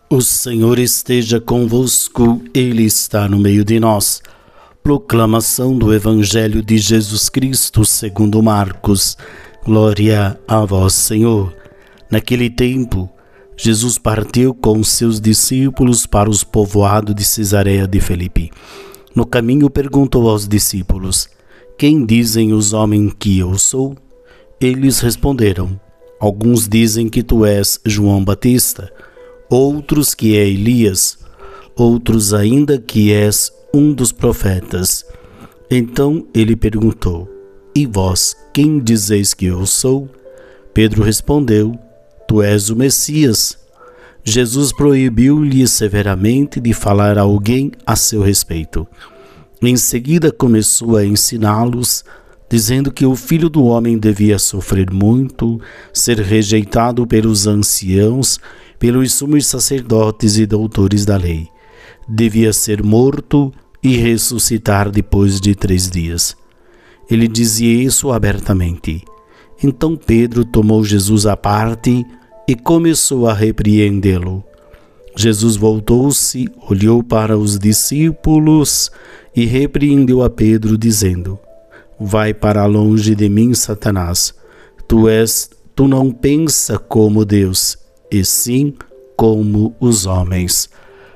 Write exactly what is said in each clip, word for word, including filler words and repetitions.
O Senhor esteja convosco, Ele está no meio de nós. Proclamação do Evangelho de Jesus Cristo segundo Marcos. Glória a vós, Senhor. Naquele tempo, Jesus partiu com seus discípulos para os povoados de Cesareia de Filipe. No caminho perguntou aos discípulos: quem dizem os homens que eu sou? Eles responderam: alguns dizem que tu és João Batista, outros que é Elias, outros ainda que és um dos profetas. Então ele perguntou: e vós, quem dizeis que eu sou? Pedro respondeu: tu és o Messias. Jesus proibiu-lhe severamente de falar a alguém a seu respeito. Em seguida começou a ensiná-los, dizendo que o Filho do Homem devia sofrer muito, ser rejeitado pelos anciãos, pelos sumos sacerdotes e doutores da lei. Devia ser morto e ressuscitar depois de três dias. Ele dizia isso abertamente. Então Pedro tomou Jesus à parte e começou a repreendê-lo. Jesus voltou-se, olhou para os discípulos e repreendeu a Pedro, dizendo: vai para longe de mim, Satanás. Tu és, tu não pensa como Deus, e sim como os homens.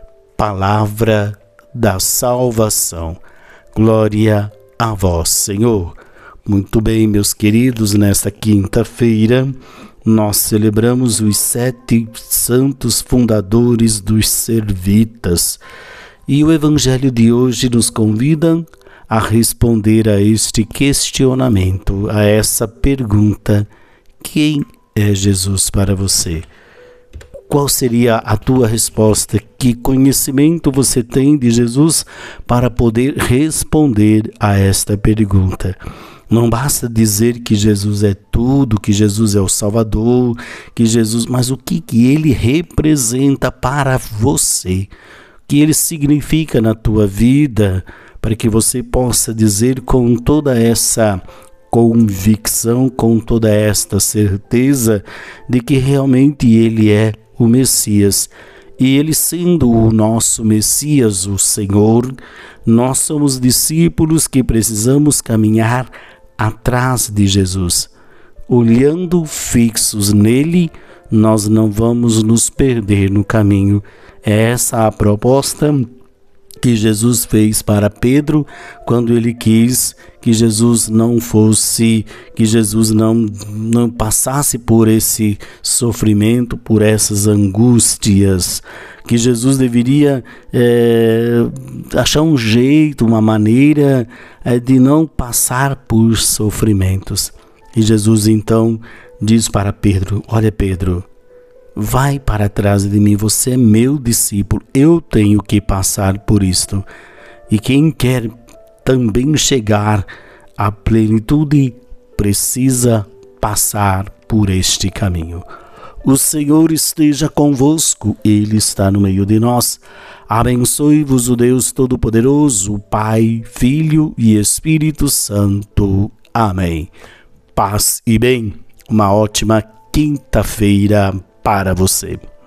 Palavra da salvação. Glória a vós, Senhor. Muito bem, meus queridos, nesta quinta-feira nós celebramos os sete santos fundadores dos Servitas. E o Evangelho de hoje nos convida a responder a este questionamento, a essa pergunta: quem é Jesus para você? Qual seria a tua resposta? Que conhecimento você tem de Jesus para poder responder a esta pergunta? Não basta dizer que Jesus é tudo, que Jesus é o Salvador, que Jesus, mas o que, que ele representa para você? O que ele significa na tua vida, para que você possa dizer com toda essa convicção, com toda esta certeza de que realmente ele é o Messias. E ele sendo o nosso Messias, o Senhor, nós somos discípulos que precisamos caminhar atrás de Jesus. Olhando fixos nele, nós não vamos nos perder no caminho. É essa a proposta que Jesus fez para Pedro quando ele quis que Jesus não fosse, que Jesus não, não passasse por esse sofrimento, por essas angústias, que Jesus deveria é, achar um jeito, uma maneira é, de não passar por sofrimentos. E Jesus então diz para Pedro: olha, Pedro, vai para trás de mim, você é meu discípulo, eu tenho que passar por isto. E quem quer também chegar à plenitude precisa passar por este caminho. O Senhor esteja convosco, Ele está no meio de nós. Abençoe-vos o Deus Todo-Poderoso, Pai, Filho e Espírito Santo. Amém. Paz e bem, uma ótima quinta-feira para você.